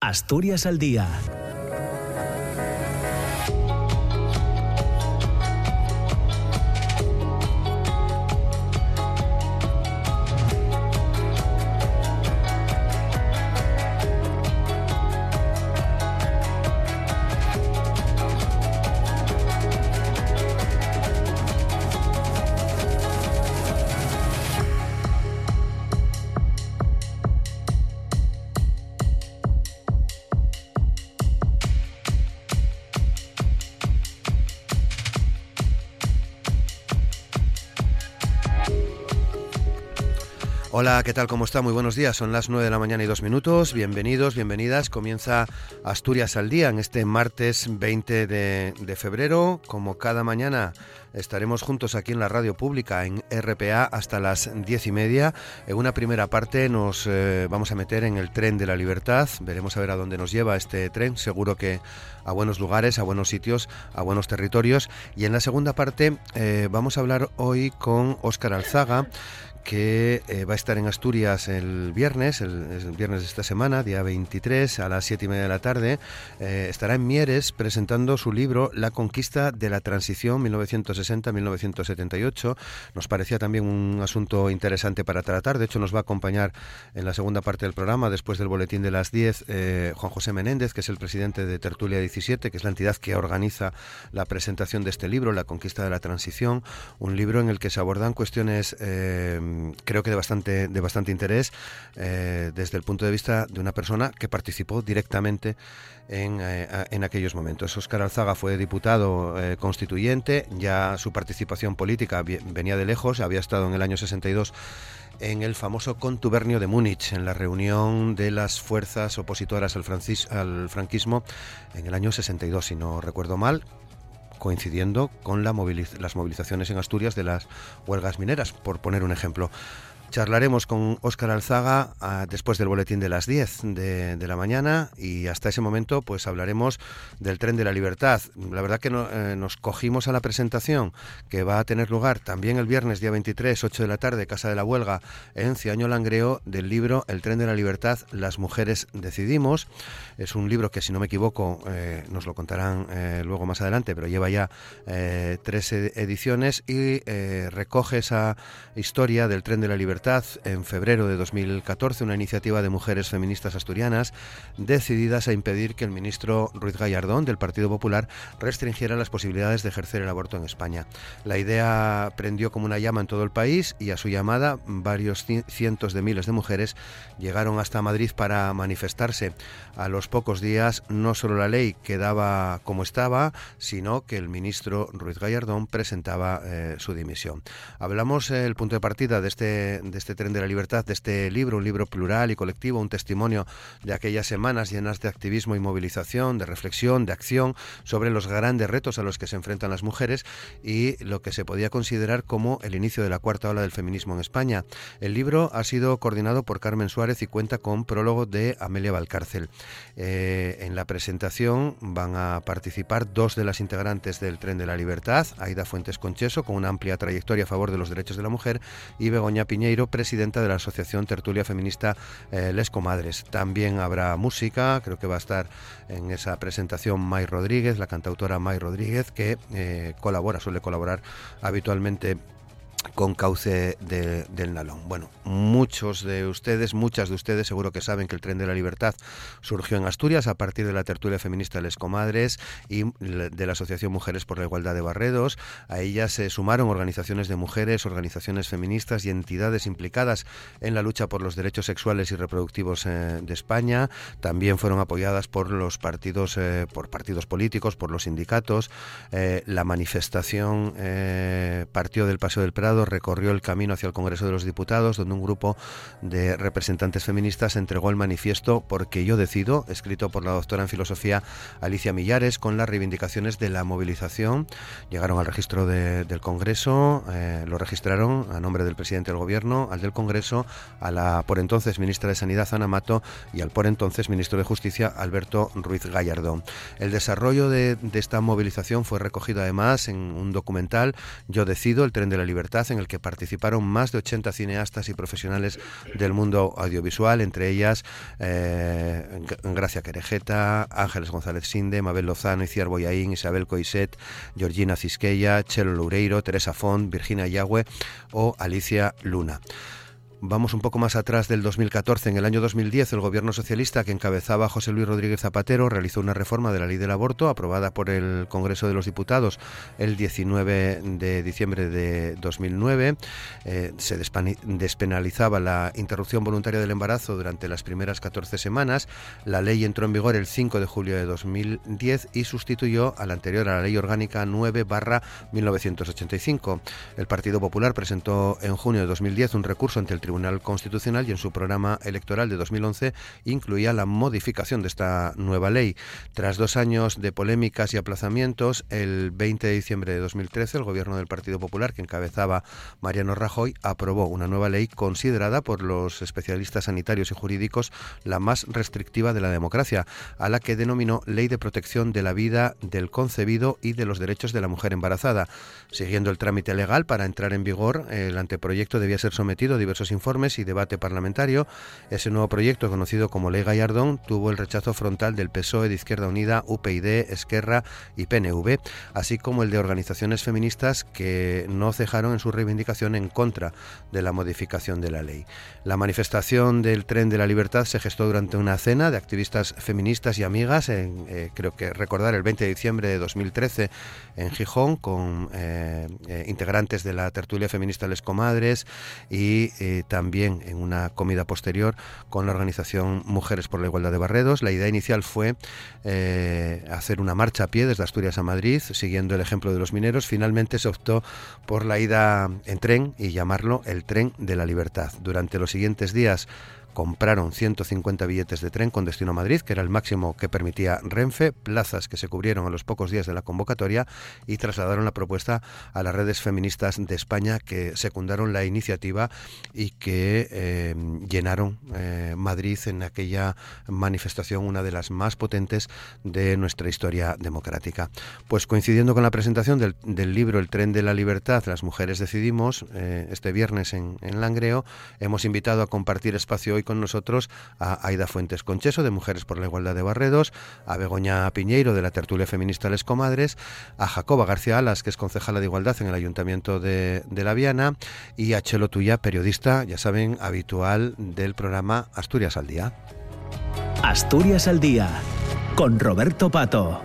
Asturias al día. Hola, ¿qué tal? ¿Cómo está? Muy buenos días. Son las 9 de la mañana y 2 minutos. Bienvenidos, bienvenidas. Comienza Asturias al día en este martes 20 de febrero. Como cada mañana estaremos juntos aquí en la radio pública en RPA hasta las 10:30. En una primera parte nos vamos a meter en el tren de la libertad. Veremos a ver a dónde nos lleva este tren. Seguro que a buenos lugares, a buenos sitios, a buenos territorios. Y en la segunda parte vamos a hablar hoy con Óscar Alzaga, que va a estar en Asturias el viernes de esta semana, día 23, a las 7:30 de la tarde. Estará en Mieres presentando su libro La conquista de la transición 1960-1978. Nos parecía también un asunto interesante para tratar. De hecho, nos va a acompañar en la segunda parte del programa, después del boletín de las 10, Juan José Menéndez, que es el presidente de Tertulia 17, que es la entidad que organiza la presentación de este libro, La conquista de la transición, un libro en el que se abordan cuestiones creo que de bastante interés desde el punto de vista de una persona que participó directamente en aquellos momentos. Óscar Alzaga fue diputado constituyente, ya su participación política venía de lejos, había estado en el año 62 en el famoso contubernio de Múnich, en la reunión de las fuerzas opositoras al franquismo en el año 62, si no recuerdo mal, coincidiendo con las movilizaciones en Asturias de las huelgas mineras, por poner un ejemplo. Charlaremos con Óscar Alzaga después del boletín de las 10 de la mañana, y hasta ese momento pues hablaremos del tren de la libertad. La verdad que nos cogimos a la presentación que va a tener lugar también el viernes día 23, 8 de la tarde, Casa de la Huelga, en Ciaño Langreo, del libro El tren de la libertad, las mujeres decidimos. Es un libro que, si no me equivoco, nos lo contarán luego más adelante, pero lleva ya 3 ediciones y recoge esa historia del tren de la libertad en febrero de 2014, una iniciativa de mujeres feministas asturianas decididas a impedir que el ministro Ruiz Gallardón, del Partido Popular, restringiera las posibilidades de ejercer el aborto en España. La idea prendió como una llama en todo el país, y a su llamada varios cientos de miles de mujeres llegaron hasta Madrid para manifestarse. A los pocos días, no solo la ley quedaba como estaba, sino que el ministro Ruiz Gallardón presentaba su dimisión. Hablamos el punto de partida de este tren de la libertad, de este libro, un libro plural y colectivo, un testimonio de aquellas semanas llenas de activismo y movilización, de reflexión, de acción sobre los grandes retos a los que se enfrentan las mujeres y lo que se podía considerar como el inicio de la cuarta ola del feminismo en España. El libro ha sido coordinado por Carmen Suárez y cuenta con prólogo de Amelia Valcárcel. En la presentación van a participar 2 de las integrantes del tren de la libertad, Aida Fuentes Concheso, con una amplia trayectoria a favor de los derechos de la mujer, y Begoña Piñeiro, presidenta de la asociación Tertulia Feminista Les Comadres. También habrá música, creo que va a estar en esa presentación May Rodríguez, la cantautora May Rodríguez, que suele colaborar habitualmente con Cauce del Nalón. Bueno, muchas de ustedes seguro que saben que el tren de la libertad surgió en Asturias a partir de la tertulia feminista Les Comadres y de la Asociación Mujeres por la Igualdad de Barredos. A ellas se sumaron organizaciones de mujeres, organizaciones feministas y entidades implicadas en la lucha por los derechos sexuales y reproductivos de España. También fueron apoyadas por los partidos políticos, por los sindicatos. La manifestación partió del Paseo del Prado, recorrió el camino hacia el Congreso de los Diputados, donde un grupo de representantes feministas entregó el manifiesto Porque yo decido, escrito por la doctora en filosofía Alicia Millares, con las reivindicaciones de la movilización. Llegaron al registro del Congreso, lo registraron a nombre del presidente del Gobierno, al del Congreso, a la por entonces ministra de Sanidad, Ana Mato, y al por entonces ministro de Justicia, Alberto Ruiz Gallardón. El desarrollo de esta movilización fue recogido además en un documental, Yo decido, el tren de la libertad, Libertad, en el que participaron más de 80 cineastas y profesionales del mundo audiovisual, entre ellas Gracia Querejeta, Ángeles González Sinde, Mabel Lozano, Iciar Boyaín, Isabel Coixet, Georgina Cisqueya, Chelo Loureiro, Teresa Font, Virginia Yagüe o Alicia Luna. Vamos un poco más atrás del 2014. En el año 2010, el gobierno socialista que encabezaba José Luis Rodríguez Zapatero realizó una reforma de la ley del aborto aprobada por el Congreso de los Diputados el 19 de diciembre de 2009. Se despenalizaba la interrupción voluntaria del embarazo durante las primeras 14 semanas. La ley entró en vigor el 5 de julio de 2010 y sustituyó a la anterior, a la Ley Orgánica 9/1985. El Partido Popular presentó en junio de 2010 un recurso ante el Tribunal Constitucional y en su programa electoral de 2011 incluía la modificación de esta nueva ley. Tras 2 años de polémicas y aplazamientos, el 20 de diciembre de 2013 el gobierno del Partido Popular, que encabezaba Mariano Rajoy, aprobó una nueva ley considerada por los especialistas sanitarios y jurídicos la más restrictiva de la democracia, a la que denominó Ley de Protección de la Vida del Concebido y de los Derechos de la Mujer Embarazada. Siguiendo el trámite legal para entrar en vigor, el anteproyecto debía ser sometido a diversos informes y debate parlamentario. Ese nuevo proyecto, conocido como Ley Gallardón, tuvo el rechazo frontal del PSOE, de Izquierda Unida, UPyD, Esquerra y PNV, así como el de organizaciones feministas que no cejaron en su reivindicación en contra de la modificación de la ley. La manifestación del Tren de la Libertad se gestó durante una cena de activistas feministas y amigas, creo que recordar, el 20 de diciembre de 2013 en Gijón, con integrantes de la tertulia feminista Les Comadres y también en una comida posterior con la organización Mujeres por la Igualdad de Barredos. La idea inicial fue hacer una marcha a pie desde Asturias a Madrid, siguiendo el ejemplo de los mineros. Finalmente se optó por la ida en tren y llamarlo el Tren de la Libertad. Durante los siguientes días compraron 150 billetes de tren con destino a Madrid, que era el máximo que permitía Renfe, plazas que se cubrieron a los pocos días de la convocatoria, y trasladaron la propuesta a las redes feministas de España, que secundaron la iniciativa y que llenaron Madrid en aquella manifestación, una de las más potentes de nuestra historia democrática. Pues coincidiendo con la presentación del libro El Tren de la Libertad, Las Mujeres Decidimos, este viernes en Langreo, hemos invitado a compartir espacio hoy con nosotros a Aida Fuentes Concheso, de Mujeres por la Igualdad de Barredos, a Begoña Piñeiro, de la tertulia feminista Les Comadres, a Jacoba García Alas, que es concejala de Igualdad en el Ayuntamiento de La Viana, y a Chelo Tuya, periodista, ya saben, habitual del programa Asturias al Día. Asturias al Día, con Roberto Pato.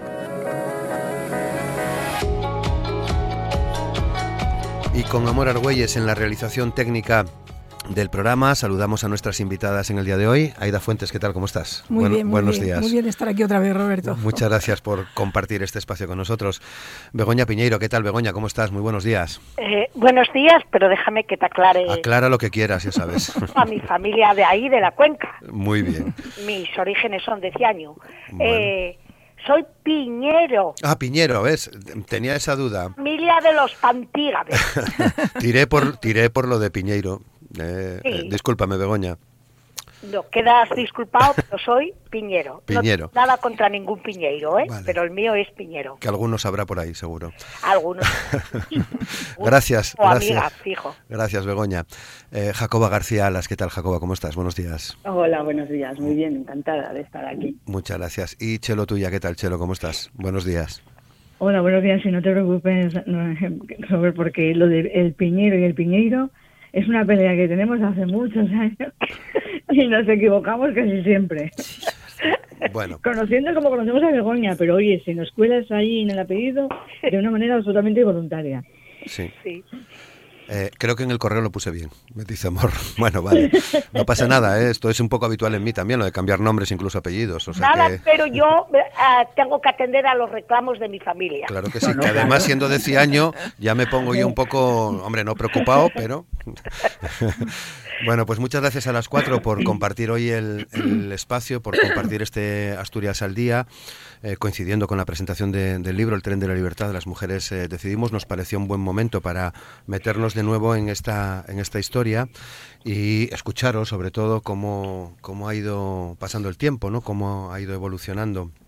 Y con Amor Argüelles en la realización técnica del programa, saludamos a nuestras invitadas en el día de hoy. Aida Fuentes, ¿qué tal? ¿Cómo estás? Muy bien, buenos días. Muy bien estar aquí otra vez, Roberto. Muchas gracias por compartir este espacio con nosotros. Begoña Piñeiro, ¿qué tal, Begoña? ¿Cómo estás? Muy buenos días. Buenos días, pero déjame que te aclare. Aclara lo que quieras, ya sabes. A mi familia de ahí, de la cuenca. Muy bien. Mis orígenes son de Ciaño. Bueno. Soy Piñero. Ah, Piñero, ¿ves? Tenía esa duda. Familia de los Pantígades. tiré por lo de Piñeiro. Sí. Discúlpame, Begoña. No, quedas disculpado, pero soy Piñero. Piñero. No, nada contra ningún Piñeiro, ¿eh? Vale. Pero el mío es Piñero. Que algunos habrá por ahí, seguro. Algunos. Gracias. O amiga, fijo. Gracias, Begoña. Jacoba García Alas, ¿qué tal, Jacoba? ¿Cómo estás? Buenos días. Hola, buenos días. Muy bien, encantada de estar aquí. Muchas gracias. Y Chelo Tuya, ¿qué tal, Chelo? ¿Cómo estás? Buenos días. Hola, buenos días. Y no te preocupes, Robert, porque lo del Piñero y el Piñeiro es una pelea que tenemos hace muchos años y nos equivocamos casi siempre. Bueno. Conociendo como conocemos a Begoña, pero oye, si nos cuelas ahí en el apellido de una manera absolutamente voluntaria. Sí. Sí. Creo que en el correo lo puse bien, me dice Amor. Bueno, vale, no pasa nada, ¿eh? Esto es un poco habitual en mí también, lo de cambiar nombres, incluso apellidos. O sea Nada, que... pero yo tengo que atender a los reclamos de mi familia. Claro que sí, que además siendo de Ciaño ya me pongo yo un poco, hombre, no preocupado, pero... Bueno, pues muchas gracias a las 4 por compartir hoy el espacio, por compartir este Asturias al Día, coincidiendo con la presentación del libro El Tren de la Libertad, Las Mujeres Decidimos. Nos pareció un buen momento para meternos de nuevo en esta historia y escucharos sobre todo cómo ha ido pasando el tiempo, ¿no? Cómo ha ido evolucionando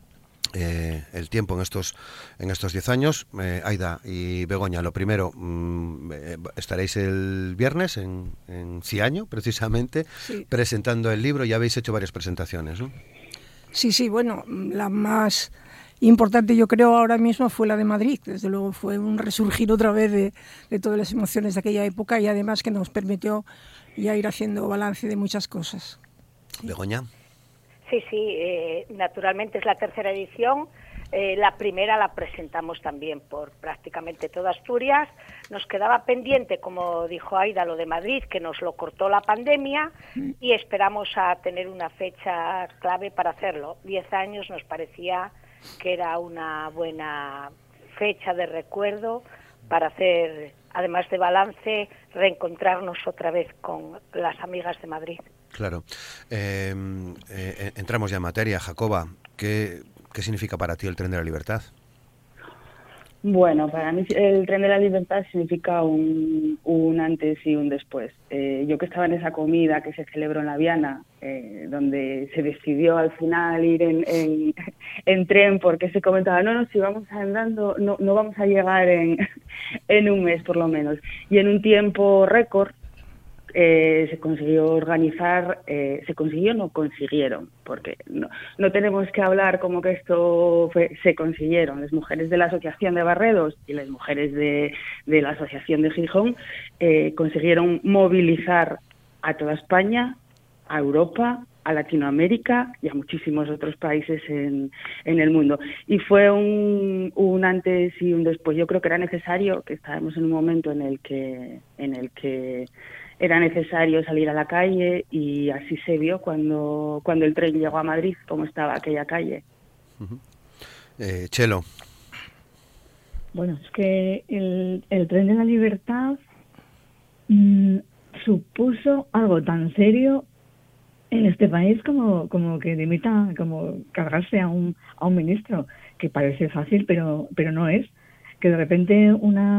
el tiempo en estos 10 años. Aida y Begoña, lo primero, estaréis el viernes en Ciaño, precisamente, sí, presentando el libro. Ya habéis hecho varias presentaciones, ¿no? Sí, bueno, la más importante yo creo ahora mismo fue la de Madrid. Desde luego fue un resurgir otra vez de todas las emociones de aquella época, y además que nos permitió ya ir haciendo balance de muchas cosas. ¿Sí? Begoña. Sí, naturalmente es la tercera edición. La primera la presentamos también por prácticamente toda Asturias. Nos quedaba pendiente, como dijo Aida, lo de Madrid, que nos lo cortó la pandemia, y esperamos a tener una fecha clave para hacerlo. 10 años nos parecía que era una buena fecha de recuerdo para hacer, además de balance, reencontrarnos otra vez con las amigas de Madrid. Claro. Entramos ya en materia. Jacoba, ¿qué significa para ti el Tren de la Libertad? Bueno, para mí el Tren de la Libertad significa un antes y un después. Yo que estaba en esa comida que se celebró en La Viana, donde se decidió al final ir en tren, porque se comentaba, no, si vamos andando no vamos a llegar en un mes por lo menos. Y en un tiempo récord se consiguió organizar, no consiguieron, porque no tenemos que hablar como que esto se consiguieron. Las mujeres de la Asociación de Barredos y las mujeres de la Asociación de Gijón consiguieron movilizar a toda España, a Europa, a Latinoamérica y a muchísimos otros países en el mundo. Y fue un antes y un después. Yo creo que era necesario, que estábamos en un momento en el que era necesario salir a la calle, y así se vio cuando el tren llegó a Madrid, cómo estaba aquella calle. Chelo. Bueno, es que el Tren de la Libertad supuso algo tan serio en este país como que limita, como cargarse a un muministro, que parece fácil, pero no es. Que de repente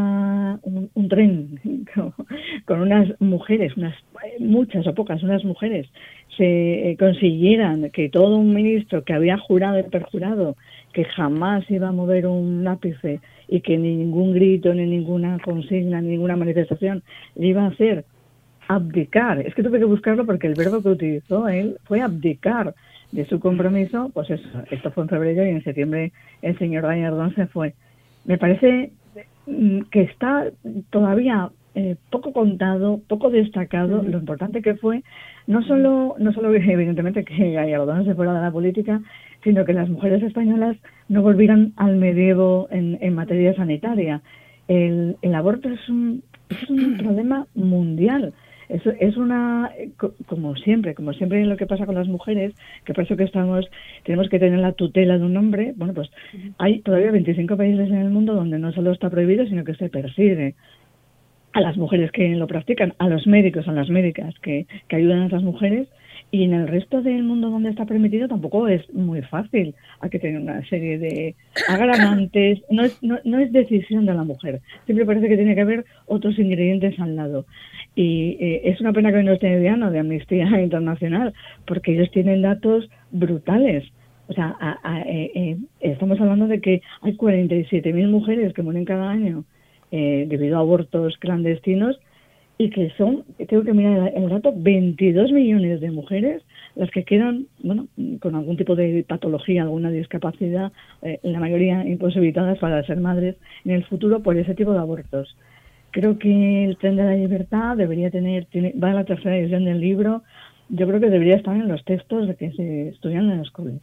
un tren con unas mujeres, muchas o pocas, unas mujeres, se consiguieran que todo un ministro que había jurado y perjurado que jamás iba a mover un ápice, y que ni ningún grito, ni ninguna consigna, ni ninguna manifestación le iba a hacer abdicar. Es que tuve que buscarlo porque el verbo que utilizó él fue abdicar de su compromiso. Pues eso, esto fue en febrero, y en septiembre el señor Gallardón se fue. Me parece que está todavía poco contado, poco destacado lo importante que fue, no solo evidentemente que Gallardón se fuera de la política, sino que las mujeres españolas no volvieran al medievo en materia sanitaria. El aborto es un problema mundial. Es una, como siempre lo que pasa con las mujeres, que por eso que tenemos que tener la tutela de un hombre. Bueno, pues hay todavía 25 países en el mundo donde no solo está prohibido, sino que se persigue a las mujeres que lo practican, a los médicos, a las médicas que ayudan a esas mujeres, y en el resto del mundo donde está permitido tampoco es muy fácil. Hay que tener una serie de agravantes, no es decisión de la mujer, siempre parece que tiene que haber otros ingredientes al lado. Y es una pena que no esté Diana de Amnistía Internacional, porque ellos tienen datos brutales. O sea, estamos hablando de que hay 47.000 mujeres que mueren cada año debido a abortos clandestinos, y que tengo que mirar el dato, 22 millones de mujeres las que quedan, con algún tipo de patología, alguna discapacidad, la mayoría imposibilitadas para ser madres en el futuro por ese tipo de abortos. Creo que el Tren de la Libertad debería va a la tercera edición del libro. Yo creo que debería estar en los textos de que se estudian en los colegios.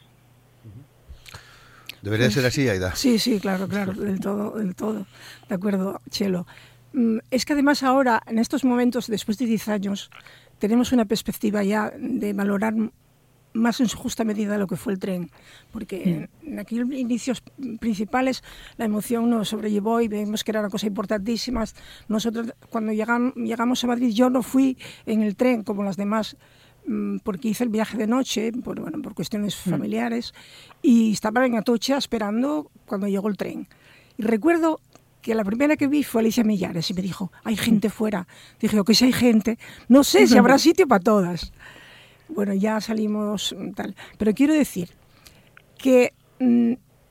¿Debería ser así, Aida? Sí, claro, del todo. De acuerdo, Chelo. Es que además ahora, en estos momentos, después de 10 años, tenemos una perspectiva ya de valorar más en su justa medida lo que fue el tren, porque en aquellos inicios principales la emoción nos sobrellevó y vimos que era una cosa importantísima. Nosotros, cuando llegamos a Madrid, yo no fui en el tren como las demás, porque hice el viaje de noche por cuestiones familiares, y estaba en Atocha esperando cuando llegó el tren. Y recuerdo que la primera que vi fue Alicia Millares, y me dijo, hay gente fuera. Dije, que si hay gente, no sé si habrá sitio para todas. Bueno, ya salimos tal. Pero quiero decir que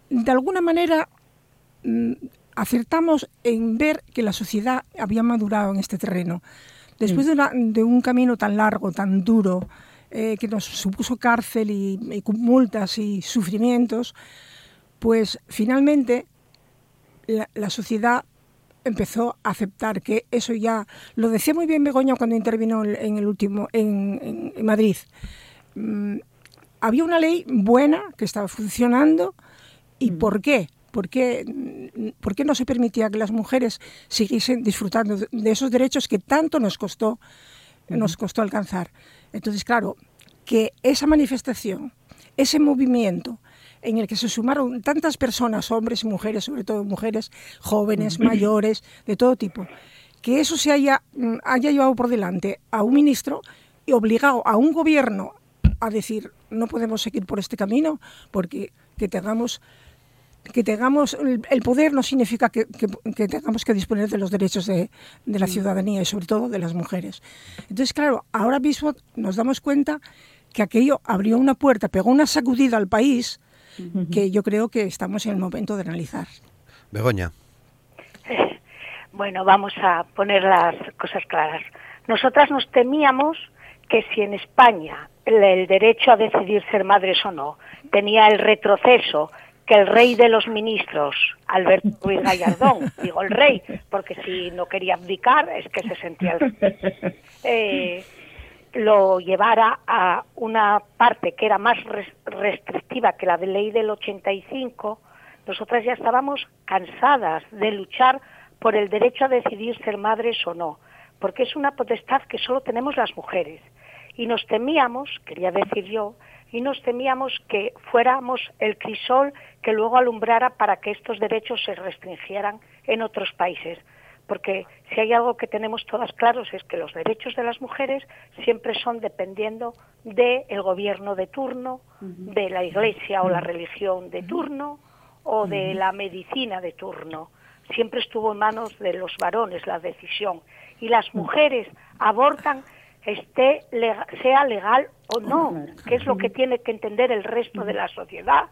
de alguna manera acertamos en ver que la sociedad había madurado en este terreno. Después de un camino tan largo, tan duro, que nos supuso cárcel y multas y sufrimientos, pues finalmente la sociedad empezó a aceptar que eso ya... Lo decía muy bien Begoña cuando intervino en Madrid. Había una ley buena que estaba funcionando. ¿Y por qué? ¿Por qué no se permitía que las mujeres siguiesen disfrutando de esos derechos que tanto nos costó alcanzar? Entonces, claro, que esa manifestación, ese movimiento en el que se sumaron tantas personas, hombres y mujeres, sobre todo mujeres jóvenes, mayores, de todo tipo, que eso se haya llevado por delante a un ministro y obligado a un gobierno a decir no podemos seguir por este camino porque que tengamos el poder no significa que tengamos que disponer de los derechos de la ciudadanía y sobre todo de las mujeres. Entonces, claro, ahora mismo nos damos cuenta que aquello abrió una puerta, pegó una sacudida al país que yo creo que estamos en el momento de analizar. Begoña. Bueno, vamos a poner las cosas claras. Nosotras nos temíamos que si en España el derecho a decidir ser madres o no tenía el retroceso que el rey de los ministros, Alberto Ruiz Gallardón, digo el rey, porque si no quería abdicar es que se sentía lo llevara a una parte que era más restrictiva que la de ley del 85, nosotras ya estábamos cansadas de luchar por el derecho a decidir ser madres o no, porque es una potestad que solo tenemos las mujeres. Y nos temíamos, quería decir yo, que fuéramos el crisol que luego alumbrara para que estos derechos se restringieran en otros países. Porque si hay algo que tenemos todas claros es que los derechos de las mujeres siempre son dependiendo del gobierno de turno, de la iglesia o la religión de turno o de la medicina de turno. Siempre estuvo en manos de los varones la decisión. Y las mujeres abortan sea legal o no, que es lo que tiene que entender el resto de la sociedad.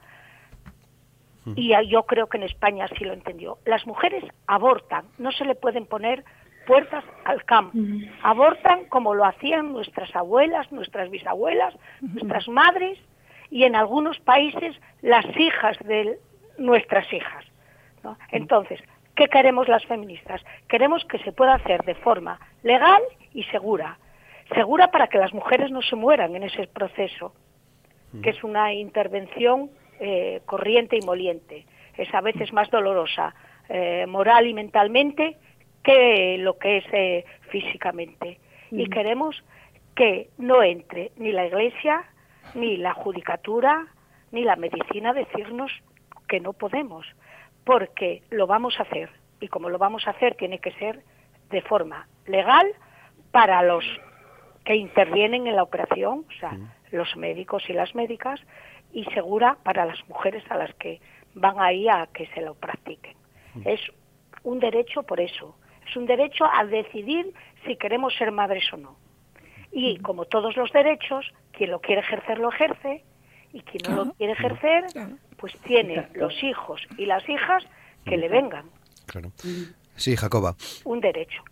Y yo creo que en España sí lo entendió. Las mujeres abortan, no se le pueden poner puertas al campo. Abortan como lo hacían nuestras abuelas, nuestras bisabuelas, nuestras madres y en algunos países las hijas de nuestras hijas, ¿no? Entonces, ¿qué queremos las feministas? Queremos que se pueda hacer de forma legal y segura. Segura para que las mujeres no se mueran en ese proceso, que es una intervención corriente y moliente. Es a veces más dolorosa moral y mentalmente que lo que es físicamente. Y queremos que no entre ni la Iglesia, ni la judicatura, ni la medicina a decirnos que no podemos, porque lo vamos a hacer. Y como lo vamos a hacer, tiene que ser de forma legal para los que intervienen en la operación, o sea, los médicos y las médicas, y segura para las mujeres a las que van ahí a que se lo practiquen. Es un derecho por eso, es un derecho a decidir si queremos ser madres o no. Y como todos los derechos, quien lo quiere ejercer lo ejerce, y quien no lo quiere ejercer, pues tiene los hijos y las hijas que le vengan. Claro. Sí, Jacoba. Un derecho.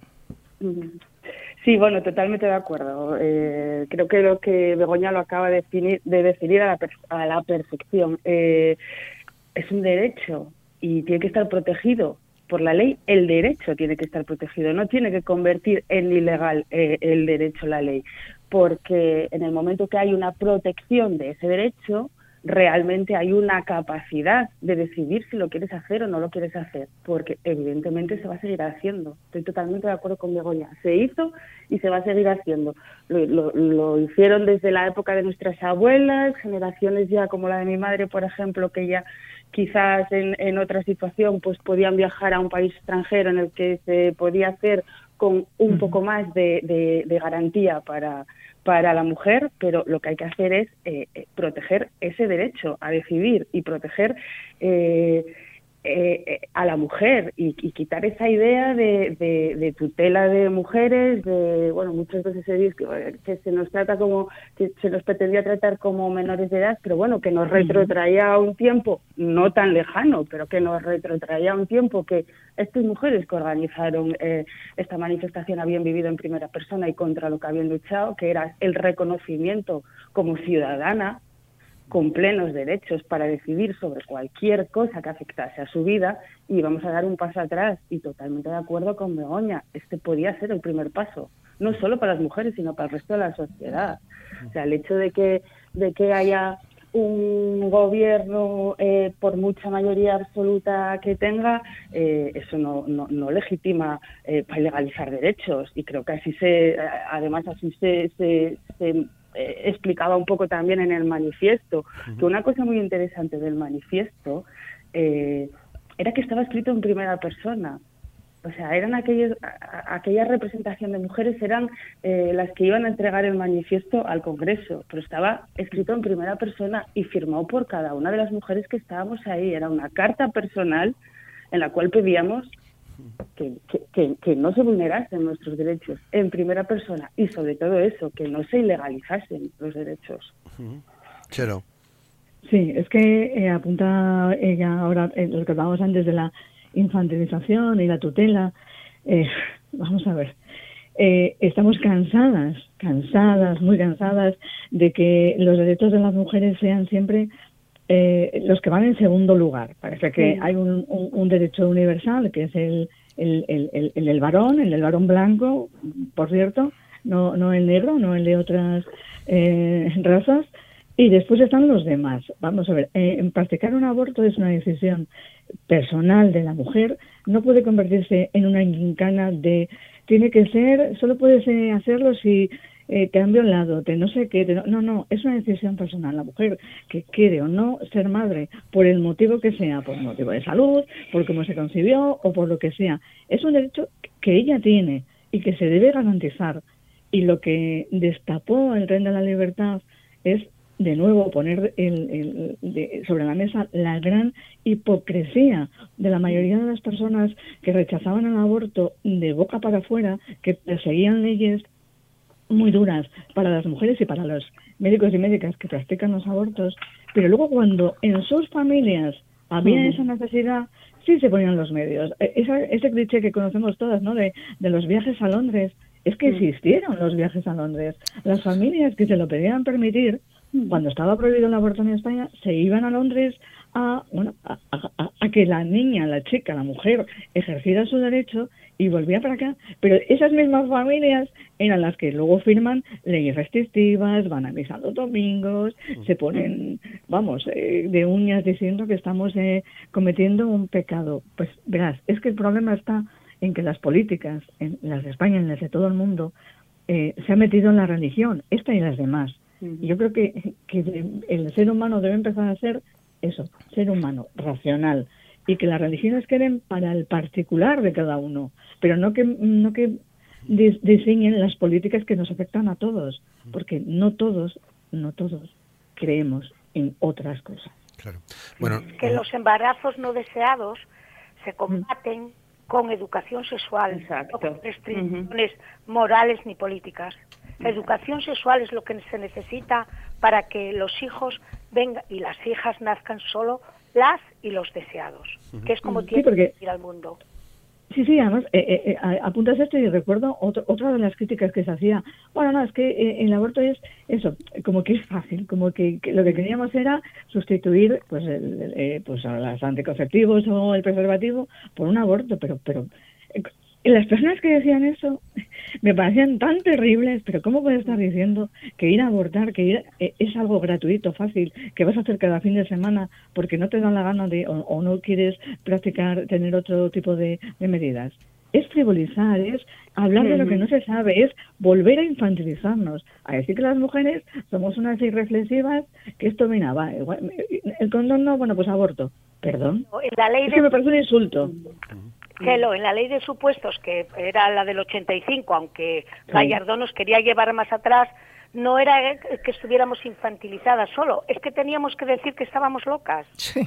Sí, bueno, totalmente de acuerdo. Creo que lo que Begoña lo acaba de definir a la perfección. Es un derecho y tiene que estar protegido por la ley. El derecho tiene que estar protegido, no tiene que convertir en ilegal el derecho la ley, porque en el momento que hay una protección de ese derecho, realmente hay una capacidad de decidir si lo quieres hacer o no lo quieres hacer, porque evidentemente se va a seguir haciendo. Estoy totalmente de acuerdo con Begoña. Se hizo y se va a seguir haciendo. Lo hicieron desde la época de nuestras abuelas, generaciones ya como la de mi madre, por ejemplo, que ya quizás en otra situación pues podían viajar a un país extranjero en el que se podía hacer con un poco más de garantía para la mujer, pero lo que hay que hacer es proteger ese derecho a decidir y proteger a la mujer y quitar esa idea de tutela de mujeres, muchas veces se dice que se nos trata como, que se nos pretendía tratar como menores de edad, pero bueno, que nos retrotraía a un tiempo no tan lejano, pero que nos retrotraía a un tiempo que estas mujeres que organizaron esta manifestación habían vivido en primera persona y contra lo que habían luchado, que era el reconocimiento como ciudadana, con plenos derechos para decidir sobre cualquier cosa que afectase a su vida, y vamos a dar un paso atrás, y totalmente de acuerdo con Begoña, este podía ser el primer paso, no solo para las mujeres, sino para el resto de la sociedad. O sea, el hecho de que haya un gobierno, por mucha mayoría absoluta que tenga, eso no legitima para legalizar derechos, y creo que así se explicaba un poco también en el manifiesto, que una cosa muy interesante del manifiesto era que estaba escrito en primera persona. O sea, eran aquella representación de mujeres eran las que iban a entregar el manifiesto al Congreso, pero estaba escrito en primera persona y firmado por cada una de las mujeres que estábamos ahí. Era una carta personal en la cual pedíamos que no se vulnerasen nuestros derechos en primera persona, y sobre todo eso, que no se ilegalizasen los derechos. Chelo. Sí, es que apunta ella ahora lo que hablábamos antes de la infantilización y la tutela. Vamos a ver, estamos muy cansadas de que los derechos de las mujeres sean siempre los que van en segundo lugar. Parece que hay un derecho universal, que es el del varón blanco, por cierto, no el negro, no el de otras razas, y después están los demás. Vamos a ver, practicar un aborto es una decisión personal de la mujer, no puede convertirse en una gincana de tiene que ser, solo puedes hacerlo si te han violado, no sé qué, no, es una decisión personal. La mujer que quiere o no ser madre, por el motivo que sea, por motivo de salud, por cómo se concibió o por lo que sea, es un derecho que ella tiene y que se debe garantizar. Y lo que destapó el Tren de la Libertad es, de nuevo, poner sobre la mesa la gran hipocresía de la mayoría de las personas que rechazaban el aborto de boca para afuera, que perseguían leyes muy duras para las mujeres y para los médicos y médicas que practican los abortos, pero luego cuando en sus familias había esa necesidad, sí se ponían los medios. Ese cliché que conocemos todas, ¿no?, de los viajes a Londres, es que existieron los viajes a Londres. Las familias que se lo podían permitir, cuando estaba prohibido el aborto en España, se iban a Londres a que la niña, la chica, la mujer ejerciera su derecho y volvía para acá. Pero esas mismas familias eran las que luego firman leyes restrictivas, van a misa los domingos, se ponen, de uñas diciendo que estamos cometiendo un pecado. Pues verás, es que el problema está en que las políticas, en las de España, en las de todo el mundo, se ha metido en la religión, esta y las demás. Y yo creo que el ser humano debe empezar a ser eso, ser humano, racional, y que las religiones queden para el particular de cada uno, pero no que diseñen las políticas que nos afectan a todos, porque no todos creemos en otras cosas. Claro. Bueno, que los embarazos no deseados se combaten con educación sexual, exacto, no con restricciones morales ni políticas. Educación sexual es lo que se necesita para que los hijos vengan y las hijas nazcan solo las y los deseados, que es como tiene que ir al mundo. Sí, además, apuntas esto y recuerdo otra de las críticas que se hacía. Bueno, no, es que el aborto es eso, como que es fácil, como que lo que queríamos era sustituir pues a los anticonceptivos o el preservativo por un aborto, pero las personas que decían eso me parecían tan terribles, pero ¿cómo puedes estar diciendo que ir a abortar, es algo gratuito, fácil, que vas a hacer cada fin de semana porque no te da la gana o no quieres tener otro tipo de medidas? Es frivolizar, es hablar de lo que no se sabe, es volver a infantilizarnos, a decir que las mujeres somos unas irreflexivas, que esto el condón no, bueno, pues aborto. Perdón, es que me parece un insulto. Chelo, en la ley de supuestos, que era la del 85, aunque Gallardón nos quería llevar más atrás, no era que estuviéramos infantilizadas solo, es que teníamos que decir que estábamos locas. Sí.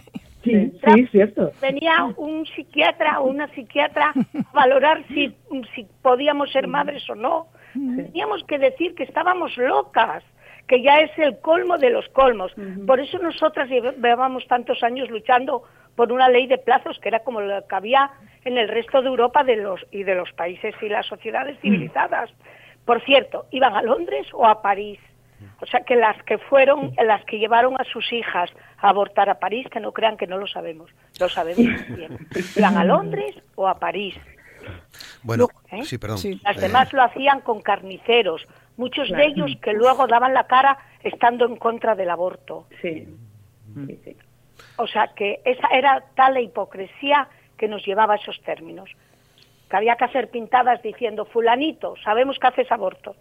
Sí, cierto. Venía un psiquiatra o una psiquiatra a valorar si podíamos ser madres o no. Teníamos que decir que estábamos locas, que ya es el colmo de los colmos. Por eso nosotras llevábamos tantos años luchando por una ley de plazos que era como la que había en el resto de Europa de los países y las sociedades civilizadas. Por cierto, ¿iban a Londres o a París? O sea, que las que llevaron a sus hijas a abortar a París, que no crean que no lo sabemos bien. ¿Iban a Londres o a París? Bueno, sí, perdón. Sí. Las demás lo hacían con carniceros, muchos de ellos que luego daban la cara estando en contra del aborto. Sí. O sea, que esa era tal la hipocresía que nos llevaba a esos términos. Que había que hacer pintadas diciendo, fulanito, sabemos que haces aborto.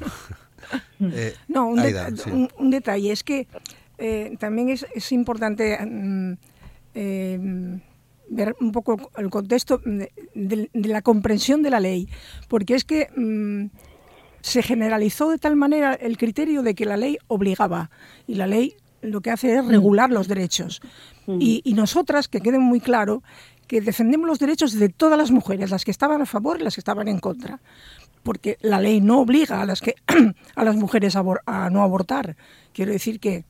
No, Aida, un detalle es que también es importante ver un poco el contexto de la comprensión de la ley, porque es que se generalizó de tal manera el criterio de que la ley obligaba, y la ley lo que hace es regular los derechos. Y nosotras, que quede muy claro, que defendemos los derechos de todas las mujeres, las que estaban a favor y las que estaban en contra, porque la ley no obliga a las mujeres a no abortar. Quiero decir que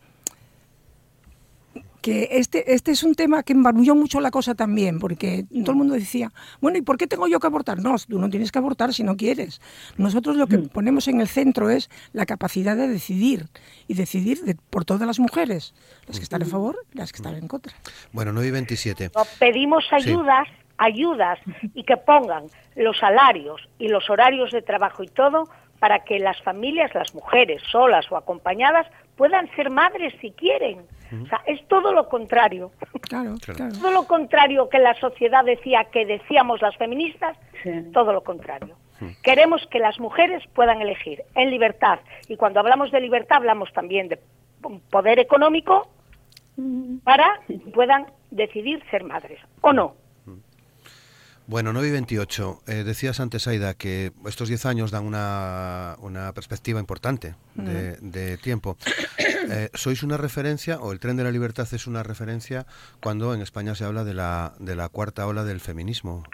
este es un tema que embarulló mucho la cosa también, porque todo el mundo decía, bueno, ¿y por qué tengo yo que abortar? No, tú no tienes que abortar si no quieres. Nosotros lo que ponemos en el centro es la capacidad de decidir, y decidir por todas las mujeres, las que están a favor y las que están en contra. Bueno, 9:27. Pedimos ayudas y que pongan los salarios y los horarios de trabajo y todo para que las familias, las mujeres solas o acompañadas, puedan ser madres si quieren. O sea, es todo lo contrario. Claro. Todo lo contrario que la sociedad decía, que decíamos las feministas, todo lo contrario. Queremos que las mujeres puedan elegir en libertad. Y cuando hablamos de libertad, hablamos también de poder económico para que puedan decidir ser madres, ¿o no? Bueno, 9:28. Decías antes, Aida, que estos 10 años dan una perspectiva importante de tiempo. ¿Sois una referencia, o el Tren de la Libertad es una referencia, cuando en España se habla de la cuarta ola del feminismo?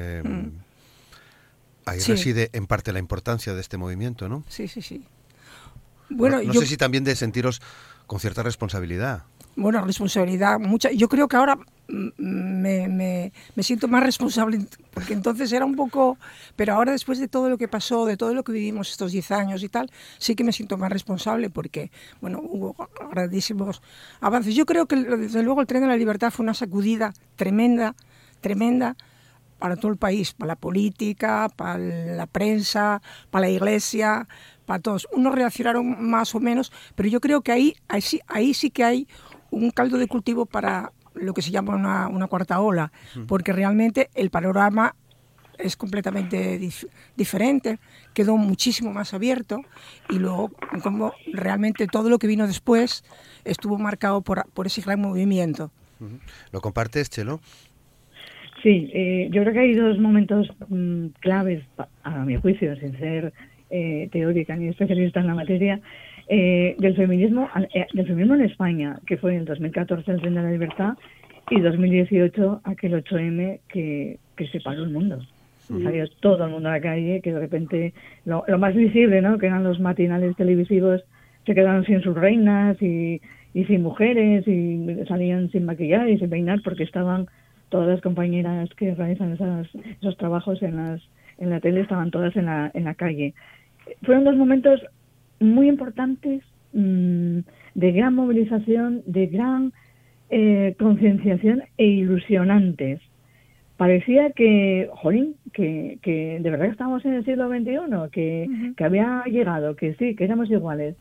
Ahí reside en parte la importancia de este movimiento, ¿no? Sí. Bueno, no sé si también de sentiros con cierta responsabilidad. Bueno, responsabilidad mucha. Yo creo que ahora me siento más responsable, porque entonces era un poco... Pero ahora, después de todo lo que pasó, de todo lo que vivimos estos 10 años y tal, sí que me siento más responsable, porque, bueno, hubo grandísimos avances. Yo creo que, desde luego, el Tren de la Libertad fue una sacudida tremenda para todo el país, para la política, para la prensa, para la iglesia, para todos. Unos reaccionaron más o menos, pero yo creo que ahí sí que hay un caldo de cultivo para lo que se llama una cuarta ola, porque realmente el panorama es completamente diferente, quedó muchísimo más abierto, y luego como realmente todo lo que vino después estuvo marcado por ese gran movimiento. ¿Lo compartes, Chelo? Sí, yo creo que hay dos momentos claves, a mi juicio, sin ser teórica ni especialista en la materia, del feminismo en España, que fue en el 2014 el Tren de la Libertad, y 2018 aquel 8M que separó el mundo. Salió todo el mundo a la calle, que de repente lo más visible, ¿no?, que eran los matinales televisivos, se quedaron sin sus reinas y sin mujeres, y salían sin maquillar y sin peinar, porque estaban todas las compañeras que realizan esos trabajos en la tele, estaban todas en la calle. Fueron dos momentos muy importantes, de gran movilización, de gran concienciación e ilusionantes. Parecía que, que de verdad estábamos en el siglo XXI, que había llegado, que sí, que éramos iguales.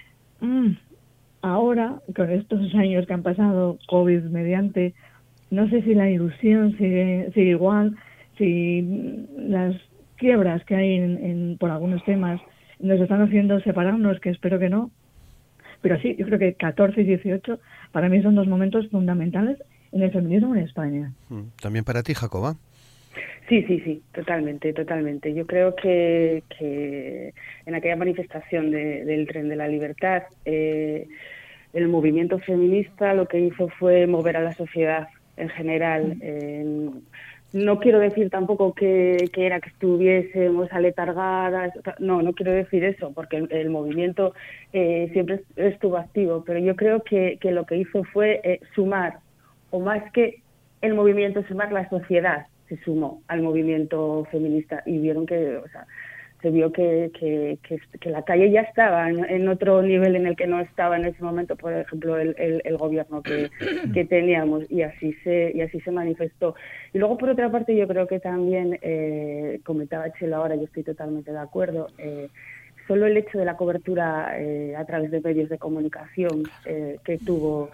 Ahora, con estos años que han pasado, COVID mediante, no sé si la ilusión sigue igual, si las quiebras que hay por algunos temas nos están haciendo separarnos, que espero que no. Pero sí, yo creo que 14 y 18 para mí son dos momentos fundamentales en el feminismo en España. ¿También para ti, Jacoba? Sí, totalmente. Yo creo que en aquella manifestación del Tren de la Libertad el movimiento feminista lo que hizo fue mover a la sociedad en general. No quiero decir tampoco que era que estuviésemos aletargadas, no quiero decir eso, porque el movimiento siempre estuvo activo, pero yo creo que lo que hizo fue sumar, o más que el movimiento sumar, la sociedad se sumó al movimiento feminista y vieron que, o sea, se vio que la calle ya estaba en otro nivel en el que no estaba en ese momento, por ejemplo, el gobierno que teníamos, y así se manifestó. Y luego, por otra parte, yo creo que también, comentaba Chelo ahora, yo estoy totalmente de acuerdo, solo el hecho de la cobertura a través de medios de comunicación que tuvo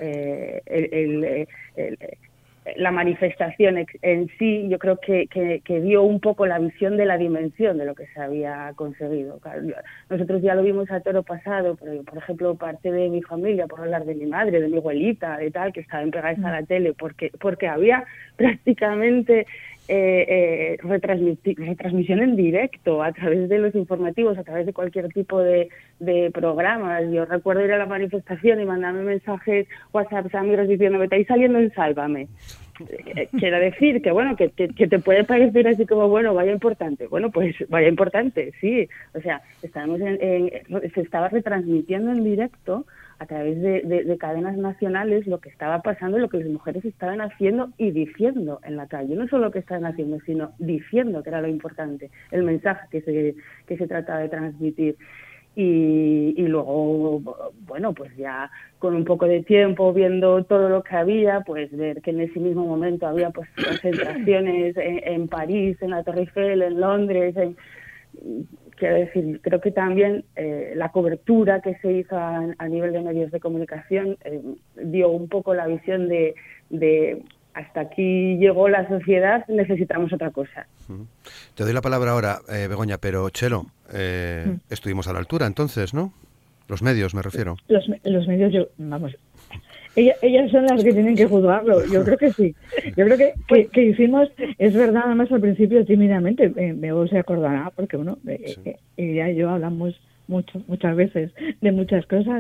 la manifestación en sí, yo creo que dio un poco la visión de la dimensión de lo que se había conseguido. Claro, nosotros ya lo vimos a toro pasado, pero por ejemplo, parte de mi familia, por hablar de mi madre, de mi abuelita, de tal, que estaban pegadas a la tele, porque había prácticamente retransmisión en directo a través de los informativos, a través de cualquier tipo de programas. Yo recuerdo ir a la manifestación y mandarme mensajes WhatsApp a amigos diciendo: me estáis saliendo en Sálvame. Quiero decir que bueno, que te puede parecer así como, bueno, vaya importante. Bueno, pues vaya importante, sí. O sea, se estaba retransmitiendo en directo a través de cadenas nacionales lo que estaba pasando, lo que las mujeres estaban haciendo y diciendo en la calle. No solo lo que estaban haciendo, sino diciendo, que era lo importante, el mensaje que se trataba de transmitir. Y luego, bueno, pues ya con un poco de tiempo, viendo todo lo que había, pues ver que en ese mismo momento había pues concentraciones en París, en la Torre Eiffel, en Londres, quiero decir, creo que también la cobertura que se hizo a nivel de medios de comunicación dio un poco la visión de hasta aquí llegó la sociedad, necesitamos otra cosa. Te doy la palabra ahora, Begoña, pero Chelo, estuvimos a la altura entonces, ¿no? Los medios, me refiero. Los medios, vamos, ellas son las que tienen que juzgarlo. Yo creo que sí. Yo creo que hicimos, es verdad, además al principio tímidamente, Bego se acordará, porque bueno, ella y yo hablamos muchas veces de muchas cosas.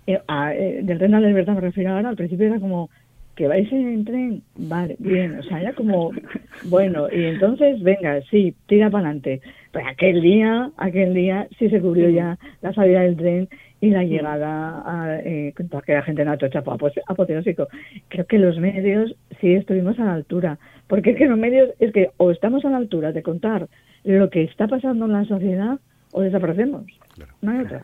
Del tren a la libertad me refiero ahora, al principio era como, que vais en tren, vale, bien, o sea, era como, bueno, y entonces, venga, sí, tira para adelante. Pero aquel día sí se cubrió ya la salida del tren y la llegada con toda aquella gente en Atocha, apoteósico. Creo que los medios sí estuvimos a la altura, porque es que los medios, es que o estamos a la altura de contar lo que está pasando en la sociedad o desaparecemos. Claro. No hay otra.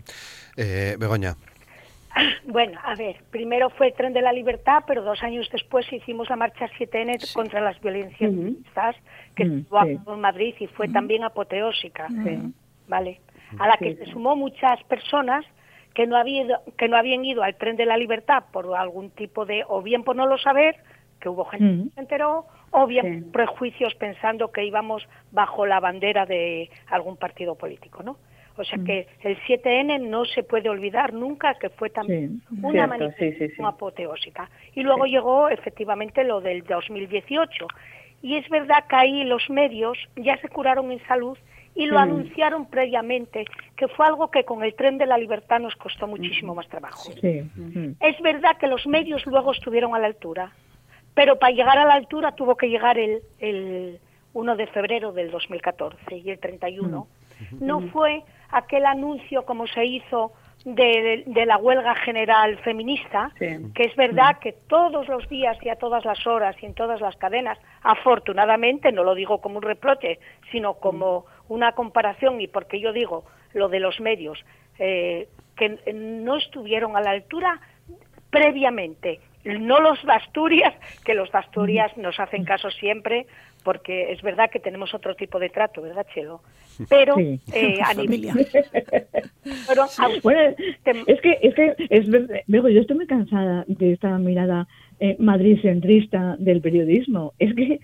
Begoña. Bueno, a ver, primero fue el Tren de la Libertad, pero 2 años después hicimos la marcha 7N contra las violencias feministas, que estuvo en Madrid y fue también apoteósica, ¿vale? A la que se sumó muchas personas que no habían ido al Tren de la Libertad por algún tipo de, o bien por no lo saber, que hubo gente que se enteró, o bien prejuicios pensando que íbamos bajo la bandera de algún partido político, ¿no? O sea que el 7N no se puede olvidar nunca, que fue también una manifestación apoteósica. Y luego llegó efectivamente lo del 2018. Y es verdad que ahí los medios ya se curaron en salud y lo anunciaron previamente, que fue algo que con el Tren de la Libertad nos costó muchísimo más trabajo. Es verdad que los medios luego estuvieron a la altura, pero para llegar a la altura tuvo que llegar el 1 de febrero del 2014 y el 31. No fue aquel anuncio como se hizo de la huelga general feminista, que es verdad que todos los días y a todas las horas y en todas las cadenas, afortunadamente, no lo digo como un reproche, sino como una comparación, y porque yo digo lo de los medios, que no estuvieron a la altura previamente, no los de Asturias, que los de Asturias nos hacen caso siempre, porque es verdad que tenemos otro tipo de trato, ¿verdad, Chelo? Pero a nivel... Bueno, es que luego yo estoy muy cansada de esta mirada madrid-centrista del periodismo. Es que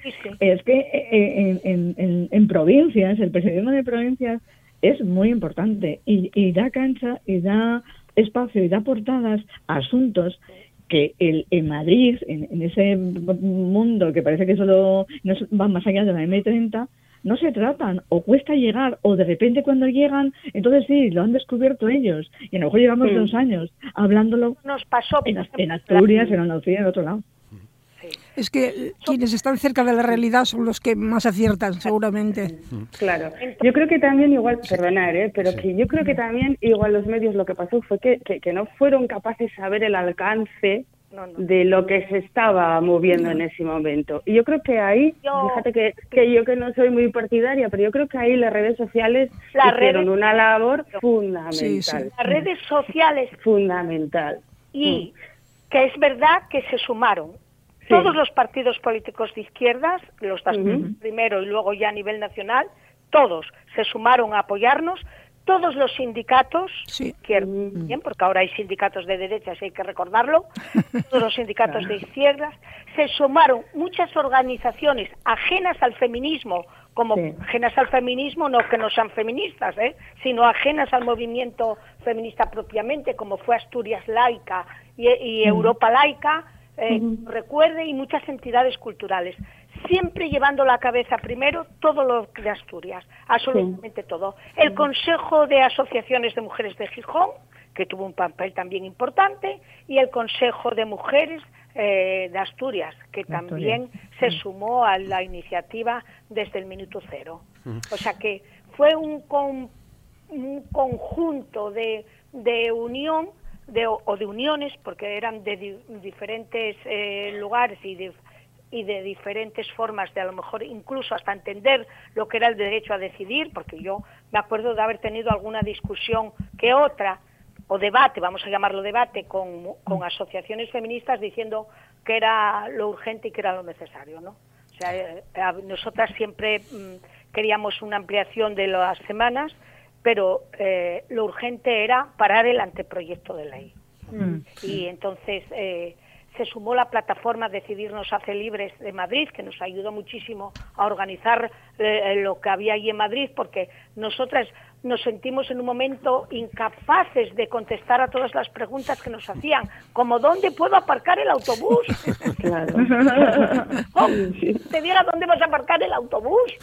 en provincias, el periodismo de provincias es muy importante y da cancha y da espacio y da portadas a asuntos que en Madrid, en ese mundo que parece que solo va más allá de la M30, no se tratan, o cuesta llegar, o de repente cuando llegan, entonces sí, lo han descubierto ellos, y a lo mejor llevamos 2 años hablándolo. Nos pasó en Asturias, en Andalucía, en otro lado. Es que quienes están cerca de la realidad son los que más aciertan, seguramente. Claro. Yo creo que también igual, perdonar, pero que yo creo que también igual los medios lo que pasó fue que no fueron capaces de saber el alcance de lo que se estaba moviendo en ese momento. Y yo creo que ahí, fíjate que yo que no soy muy partidaria, pero yo creo que ahí las redes sociales hicieron una labor fundamental. Sí, sí. Las redes sociales. Fundamental. Y que es verdad que se sumaron. Todos los partidos políticos de izquierdas, los primero y luego ya a nivel nacional, todos se sumaron a apoyarnos. Todos los sindicatos, bien, porque ahora hay sindicatos de derechas y hay que recordarlo, todos los sindicatos de izquierdas, se sumaron muchas organizaciones ajenas al feminismo, como ajenas al feminismo, no que no sean feministas, sino ajenas al movimiento feminista propiamente, como fue Asturias Laica y Europa Laica, recuerde, y muchas entidades culturales, siempre llevando la cabeza primero todo lo de Asturias, absolutamente todo. El Consejo de Asociaciones de Mujeres de Gijón, que tuvo un papel también importante, y el Consejo de Mujeres de Asturias, que también se sumó a la iniciativa desde el minuto cero. O sea que fue un conjunto de unión, o de uniones, porque eran de diferentes lugares y de diferentes formas, de a lo mejor incluso hasta entender lo que era el derecho a decidir, porque yo me acuerdo de haber tenido alguna discusión que otra, o debate, vamos a llamarlo debate, con asociaciones feministas diciendo que era lo urgente y que era lo necesario, ¿no? O sea, nosotras siempre queríamos una ampliación de las semanas, pero lo urgente era parar el anteproyecto de ley. Y entonces se sumó la plataforma Decidirnos Hace Libres de Madrid, que nos ayudó muchísimo a organizar lo que había allí en Madrid, porque nosotras nos sentimos en un momento incapaces de contestar a todas las preguntas que nos hacían, como ¿dónde puedo aparcar el autobús? Claro. Te diga dónde vas a aparcar el autobús.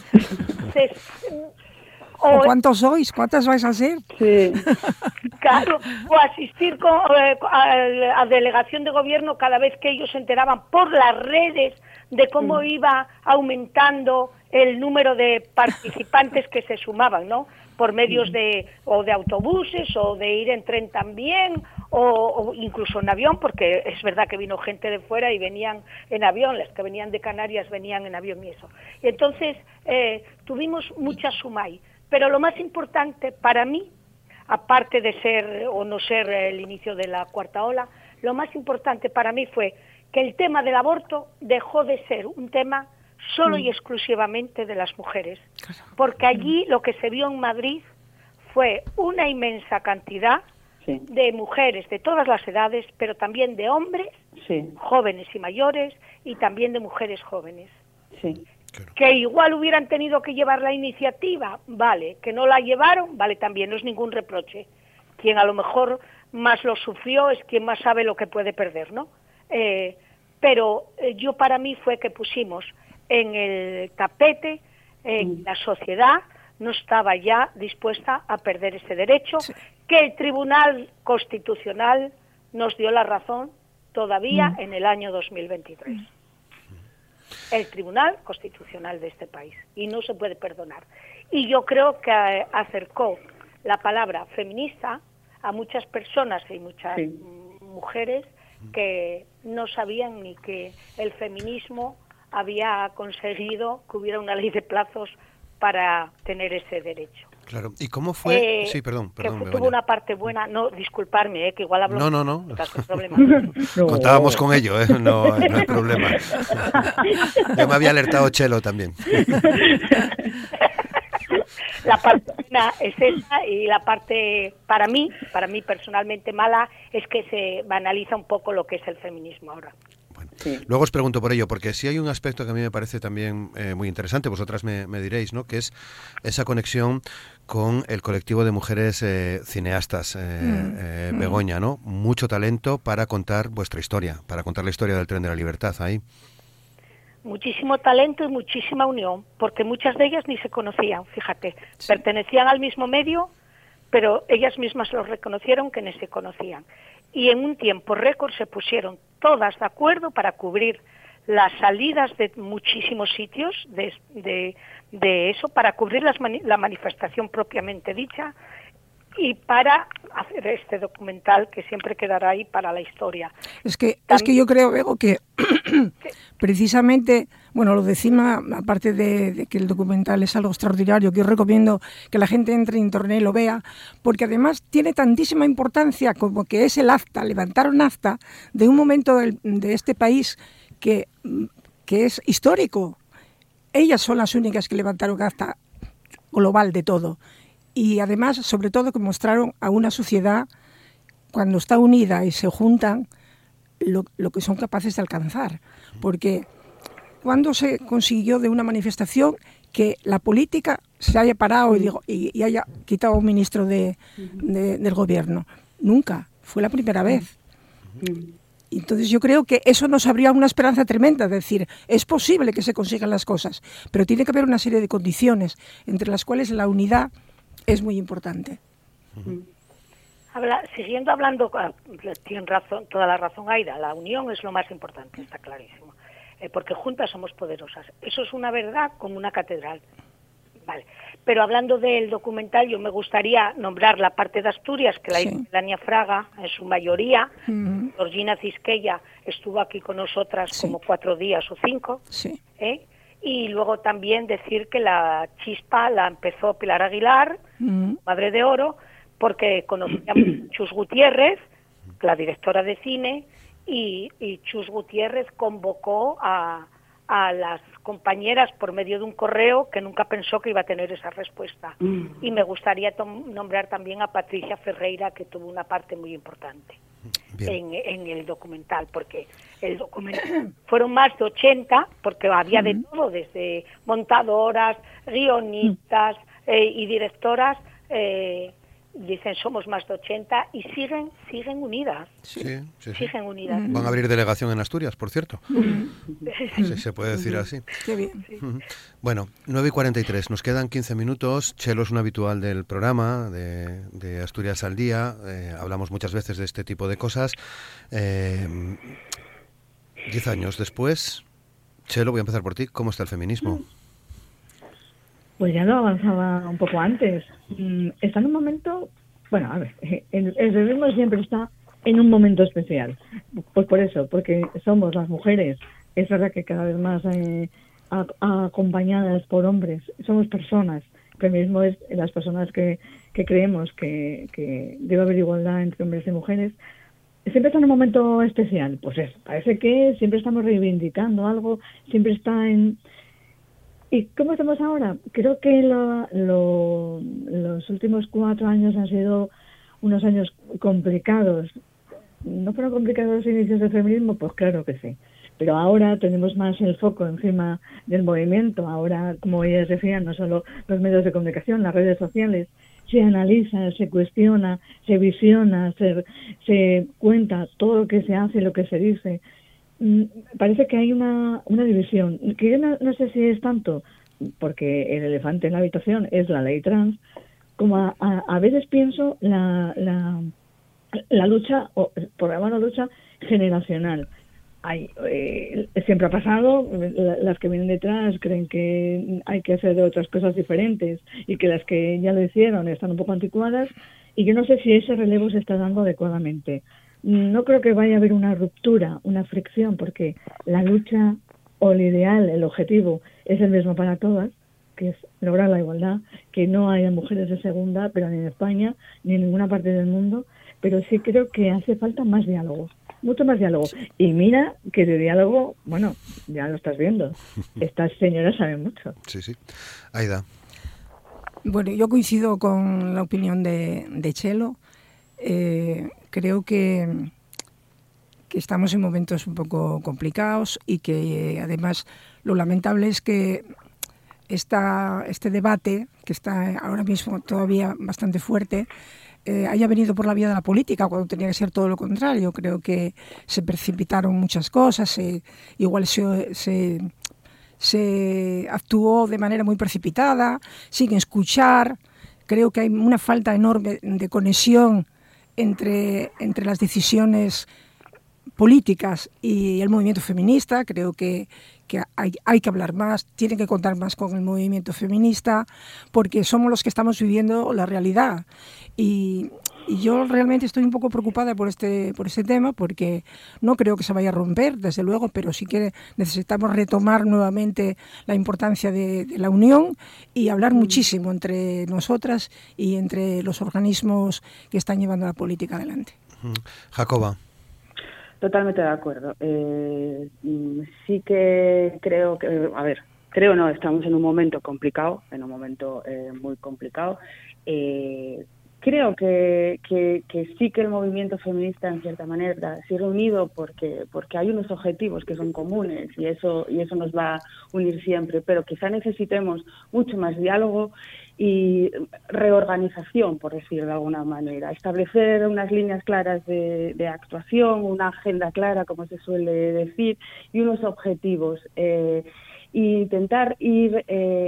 ¿O cuántos sois? ¿Cuántas vais a ser? Sí. Claro, o asistir a delegación de gobierno cada vez que ellos se enteraban por las redes de cómo iba aumentando el número de participantes que se sumaban, ¿no? Por medios de autobuses o de ir en tren también, o incluso en avión, porque es verdad que vino gente de fuera y venían en avión, las que venían de Canarias venían en avión y eso. Y entonces tuvimos mucha suma ahí. Pero lo más importante para mí, aparte de ser o no ser el inicio de la cuarta ola, lo más importante para mí fue que el tema del aborto dejó de ser un tema solo y exclusivamente de las mujeres, porque allí lo que se vio en Madrid fue una inmensa cantidad de mujeres de todas las edades, pero también de hombres, jóvenes y mayores, y también de mujeres jóvenes. Que igual hubieran tenido que llevar la iniciativa, vale, que no la llevaron, vale, también no es ningún reproche. Quien a lo mejor más lo sufrió es quien más sabe lo que puede perder, ¿no? Pero yo para mí fue que pusimos en el tapete, la sociedad no estaba ya dispuesta a perder ese derecho, que el Tribunal Constitucional nos dio la razón todavía en el año 2023. El Tribunal Constitucional de este país, y no se puede perdonar. Y yo creo que acercó la palabra feminista a muchas personas y muchas mujeres que no sabían ni que el feminismo había conseguido que hubiera una ley de plazos para tener ese derecho. Claro. ¿Y cómo fue? Sí, perdón. Que tuvo una parte buena. No, disculparme, que igual hablo... No. Problema. Contábamos con ello, no hay problema. Yo me había alertado Chelo también. La parte buena es esa, y la parte, para mí personalmente mala, es que se banaliza un poco lo que es el feminismo ahora. Luego os pregunto por ello, porque sí hay un aspecto que a mí me parece también muy interesante, vosotras me diréis, ¿no? Que es esa conexión con el colectivo de mujeres cineastas, Begoña, ¿no? Mucho talento para contar vuestra historia, para contar la historia del Tren de la Libertad ahí. muchísimo talento y muchísima unión, porque muchas de ellas ni se conocían, fíjate, pertenecían al mismo medio, pero ellas mismas los reconocieron que ni se conocían. Y en un tiempo récord se pusieron todas de acuerdo para cubrir las salidas de muchísimos sitios de eso, para cubrir la manifestación propiamente dicha y para hacer este documental que siempre quedará ahí para la historia. Es que yo creo, Bego, que precisamente, bueno, lo de encima, aparte de que el documental es algo extraordinario, que yo recomiendo que la gente entre en internet y lo vea, porque además tiene tantísima importancia como que es el acta, levantar un acta de un momento de este país que es histórico. Ellas son las únicas que levantaron acta global de todo. Y además, sobre todo, que mostraron a una sociedad, cuando está unida y se juntan, lo que son capaces de alcanzar. Porque cuando se consiguió de una manifestación que la política se haya parado y haya quitado a un ministro del gobierno, nunca, fue la primera vez. Entonces yo creo que eso nos abría una esperanza tremenda, es decir, es posible que se consigan las cosas, pero tiene que haber una serie de condiciones, entre las cuales la unidad es muy importante. Siguiendo hablando, tiene razón, toda la razón Aida, la unión es lo más importante, está clarísimo, porque juntas somos poderosas. Eso es una verdad como una catedral. Vale. Pero hablando del documental, yo me gustaría nombrar la parte de Asturias, que la hizo Melania Fraga, en su mayoría. Georgina Cisqueya estuvo aquí con nosotras como 4 días o 5. Sí. Y luego también decir que la chispa la empezó Pilar Aguilar, Madre de Oro, porque conocíamos a Chus Gutiérrez, la directora de cine, y Chus Gutiérrez convocó a las compañeras por medio de un correo que nunca pensó que iba a tener esa respuesta. Y me gustaría nombrar también a Patricia Ferreira, que tuvo una parte muy importante en el documental, porque el documental fueron más de 80, porque había de todo, desde montadoras, guionistas y directoras, dicen somos más de 80 y siguen unidas. Siguen unidas. Van a abrir delegación en Asturias, por cierto. Sí, se puede decir así. Qué bien. Bueno, 9:43, nos quedan 15 minutos. Chelo es un habitual del programa de Asturias al Día. Hablamos muchas veces de este tipo de cosas. 10 años después, Chelo, voy a empezar por ti. ¿Cómo está el feminismo? Pues ya lo avanzaba un poco antes. Está en un momento, bueno, a ver, el feminismo siempre está en un momento especial. Pues por eso, porque somos las mujeres, es verdad que cada vez más acompañadas por hombres, somos personas. El feminismo es las personas que creemos que debe haber igualdad entre hombres y mujeres. Siempre está en un momento especial. Pues parece que siempre estamos reivindicando algo, siempre está en... ¿Y cómo estamos ahora? Creo que los últimos 4 años han sido unos años complicados. ¿No fueron complicados los inicios del feminismo? Pues claro que sí. Pero ahora tenemos más el foco encima del movimiento. Ahora, como ellas decían, no solo los medios de comunicación, las redes sociales, se analiza, se cuestiona, se visiona, se cuenta todo lo que se hace y lo que se dice. Parece que hay una división, que yo no sé si es tanto porque el elefante en la habitación es la ley trans, como a veces pienso la lucha, o por llamarlo lucha generacional. Siempre ha pasado, las que vienen detrás creen que hay que hacer otras cosas diferentes y que las que ya lo hicieron están un poco anticuadas, y yo no sé si ese relevo se está dando adecuadamente. No creo que vaya a haber una ruptura, una fricción, porque la lucha o el ideal, el objetivo es el mismo para todas, que es lograr la igualdad, que no haya mujeres de segunda, pero ni en España ni en ninguna parte del mundo, pero sí creo que hace falta más diálogo, mucho más diálogo. Y mira que de diálogo, bueno, ya lo estás viendo, estas señoras saben mucho. Sí. Aida. Bueno, yo coincido con la opinión de Chelo. Creo que estamos en momentos un poco complicados y que además lo lamentable es que este debate, que está ahora mismo todavía bastante fuerte, haya venido por la vía de la política cuando tenía que ser todo lo contrario. Creo que se precipitaron muchas cosas, igual se se actuó de manera muy precipitada, sin escuchar. Creo que hay una falta enorme de conexión entre las decisiones políticas y el movimiento feminista. Creo que hay que hablar más, tienen que contar más con el movimiento feminista, porque somos los que estamos viviendo la realidad. Y yo realmente estoy un poco preocupada por este tema, porque no creo que se vaya a romper, desde luego, pero sí que necesitamos retomar nuevamente la importancia de la unión y hablar muchísimo entre nosotras y entre los organismos que están llevando la política adelante. Jacoba. Totalmente de acuerdo. Sí que creo que, creo no, estamos en un momento complicado, muy complicado. Creo que sí que el movimiento feminista, en cierta manera, sigue unido porque hay unos objetivos que son comunes y eso nos va a unir siempre, pero quizá necesitemos mucho más diálogo y reorganización, por decir de alguna manera, establecer unas líneas claras de actuación, una agenda clara, como se suele decir, y unos objetivos, e intentar ir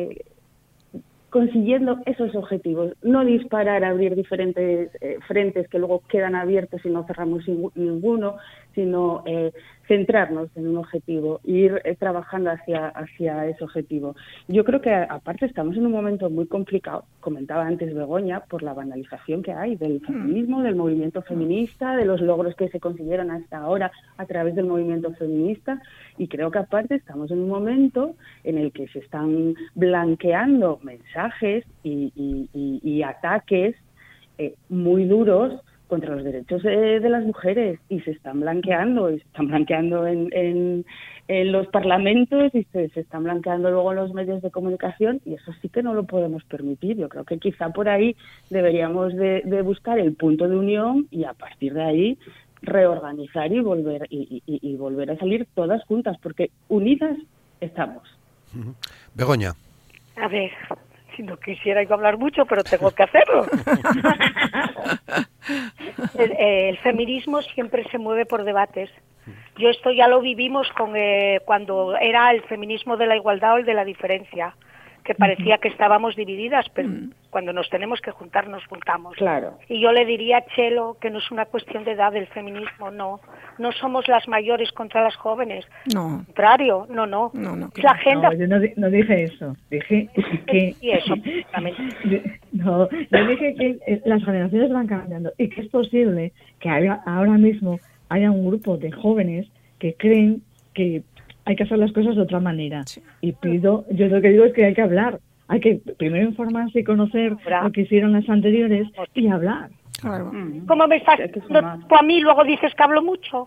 consiguiendo esos objetivos, no disparar, abrir diferentes frentes que luego quedan abiertos y no cerramos ninguno, sino centrarnos en un objetivo e ir trabajando hacia ese objetivo. Yo creo que aparte estamos en un momento muy complicado, comentaba antes Begoña, por la banalización que hay del feminismo, del movimiento feminista, de los logros que se consiguieron hasta ahora a través del movimiento feminista, y creo que aparte estamos en un momento en el que se están blanqueando mensajes y ataques muy duros contra los derechos de las mujeres, y se están blanqueando en los parlamentos y se están blanqueando luego en los medios de comunicación, y eso sí que no lo podemos permitir. Yo creo que quizá por ahí deberíamos de buscar el punto de unión y a partir de ahí reorganizar y volver a salir todas juntas, porque unidas estamos. Begoña. A ver, si no quisiera yo hablar mucho, pero tengo que hacerlo. El feminismo siempre se mueve por debates. Esto ya lo vivimos con cuando era el feminismo de la igualdad o el de la diferencia, que parecía que estábamos divididas, pero cuando nos tenemos que juntar, nos juntamos. Claro. Y yo le diría a Chelo que no es una cuestión de edad del feminismo, no somos las mayores contra las jóvenes. No. Al contrario, no. Es la agenda. No, yo no dije eso. Dije que... Y eso, precisamente. Yo dije que las generaciones van cambiando y que es posible que ahora mismo haya un grupo de jóvenes que creen que hay que hacer las cosas de otra manera. Sí. Y yo lo que digo es que hay que hablar. Hay que primero informarse y conocer lo que hicieron las anteriores y hablar. Claro. ¿Cómo me estás? Tú a mí luego dices que hablo mucho.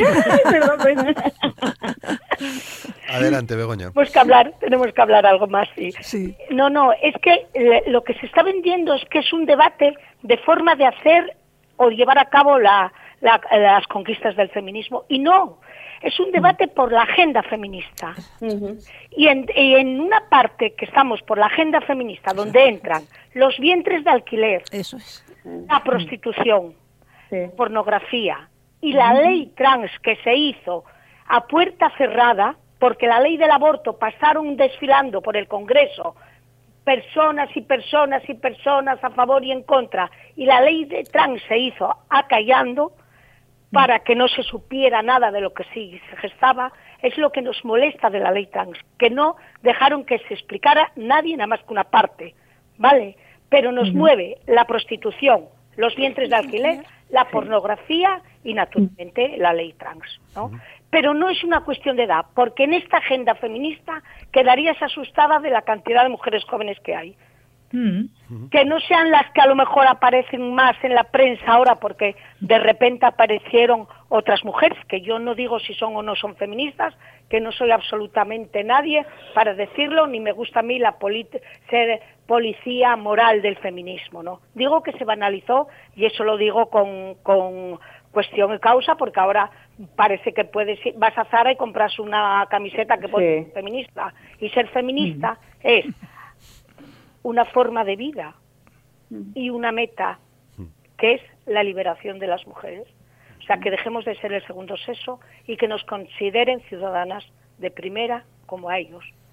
Adelante, Begoña. Pues tenemos que hablar algo más, sí. Sí. No, es que lo que se está vendiendo es que es un debate de forma de hacer o llevar a cabo las conquistas del feminismo, y no. Es un debate por la agenda feminista. Y en una parte que estamos por la agenda feminista, donde entran los vientres de alquiler, eso es, la prostitución, pornografía y la ley trans que se hizo a puerta cerrada, porque la ley del aborto pasaron desfilando por el Congreso personas y personas y personas a favor y en contra, y la ley de trans se hizo acallando, para que no se supiera nada de lo que sí se gestaba. Es lo que nos molesta de la ley trans, que no dejaron que se explicara nadie, nada más que una parte, ¿vale? Pero nos mueve la prostitución, los vientres de alquiler, la pornografía y, naturalmente, la ley trans, ¿no? Pero no es una cuestión de edad, porque en esta agenda feminista quedarías asustada de la cantidad de mujeres jóvenes que hay. Que no sean las que a lo mejor aparecen más en la prensa ahora porque de repente aparecieron otras mujeres, que yo no digo si son o no son feministas, que no soy absolutamente nadie para decirlo, ni me gusta a mí ser policía moral del feminismo, ¿no? Digo que se banalizó, y eso lo digo con cuestión y causa, porque ahora parece que vas a Zara y compras una camiseta que pone feminista, y ser feminista es una forma de vida y una meta, que es la liberación de las mujeres. O sea, que dejemos de ser el segundo sexo y que nos consideren ciudadanas de primera como a ellos.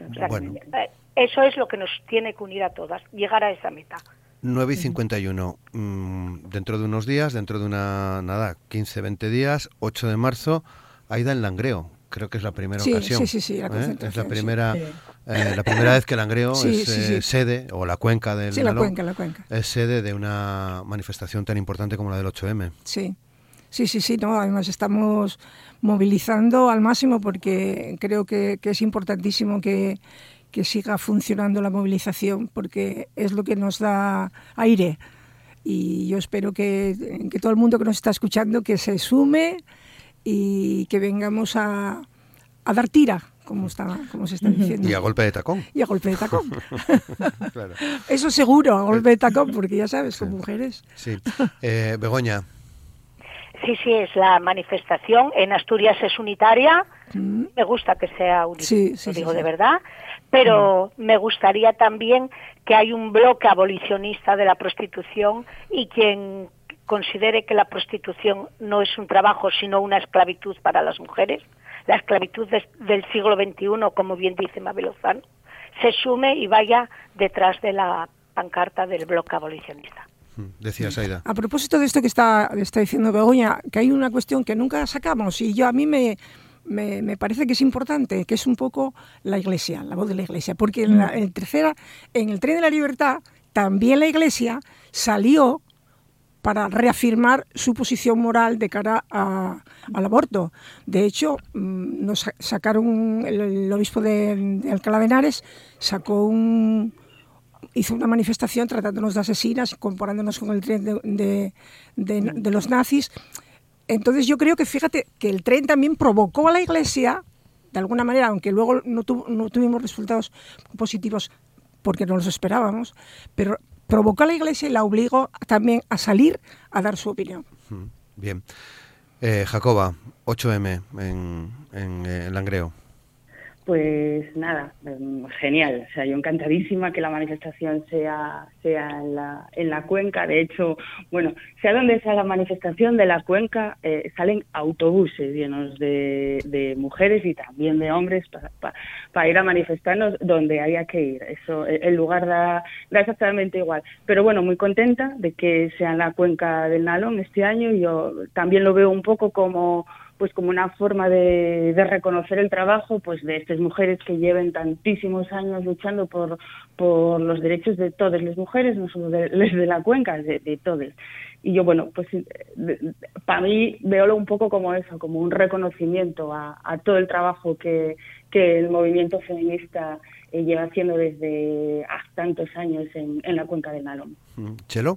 O sea, Bueno. Eso es lo que nos tiene que unir a todas, llegar a esa meta. 9:51, dentro de unos días, dentro de 15, 20 días, 8 de marzo, Aida en Langreo. Creo que es la primera ocasión. Sí, la concentración, es la primera vez que Langreo es sede, o la cuenca del Nalón, la cuenca. es sede de una manifestación tan importante como la del 8M. Sí, no, además estamos movilizando al máximo porque creo que es importantísimo que siga funcionando la movilización, porque es lo que nos da aire. Y yo espero que todo el mundo que nos está escuchando que se sume y que vengamos a dar tira, como se está diciendo. Y a golpe de tacón. Y a golpe de tacón. Claro. Eso seguro, a golpe de tacón, porque ya sabes, con mujeres. Sí. Begoña. Sí, es la manifestación. En Asturias es unitaria. Me gusta que sea unitaria, lo digo de verdad. Pero me gustaría también que hay un bloque abolicionista de la prostitución y quien considere que la prostitución no es un trabajo, sino una esclavitud para las mujeres, la esclavitud del siglo XXI, como bien dice Mabel Lozano, se sume y vaya detrás de la pancarta del bloque abolicionista. Decías, Aida. A propósito de esto que está diciendo Begoña, que hay una cuestión que nunca sacamos y a mí me parece que es importante, que es un poco la Iglesia, la voz de la Iglesia, porque en el Tren de la Libertad también la Iglesia salió para reafirmar su posición moral de cara al aborto. De hecho, nos sacaron, el obispo de Alcalá de Henares hizo una manifestación tratándonos de asesinas, comparándonos con el tren de los nazis. Entonces yo creo que, fíjate, que el tren también provocó a la Iglesia, de alguna manera, aunque luego no tuvimos resultados positivos porque no los esperábamos, pero provocó a la Iglesia y la obligó también a salir a dar su opinión. Bien. Jacoba, 8M en Langreo. Pues nada, genial. O sea, yo encantadísima que la manifestación sea en la cuenca. De hecho, bueno, sea donde sea la manifestación de la cuenca, salen autobuses llenos de mujeres y también de hombres para ir a manifestarnos donde haya que ir. Eso, el lugar da exactamente igual. Pero bueno, muy contenta de que sea en la cuenca del Nalón este año. Yo también lo veo un poco como una forma de reconocer el trabajo de estas mujeres que lleven tantísimos años luchando por los derechos de todas las mujeres, no solo de la cuenca, de todas. Y yo, para mí veo un poco como eso, como un reconocimiento a todo el trabajo que el movimiento feminista lleva haciendo desde hace tantos años en la cuenca del Nalón. ¿Chelo?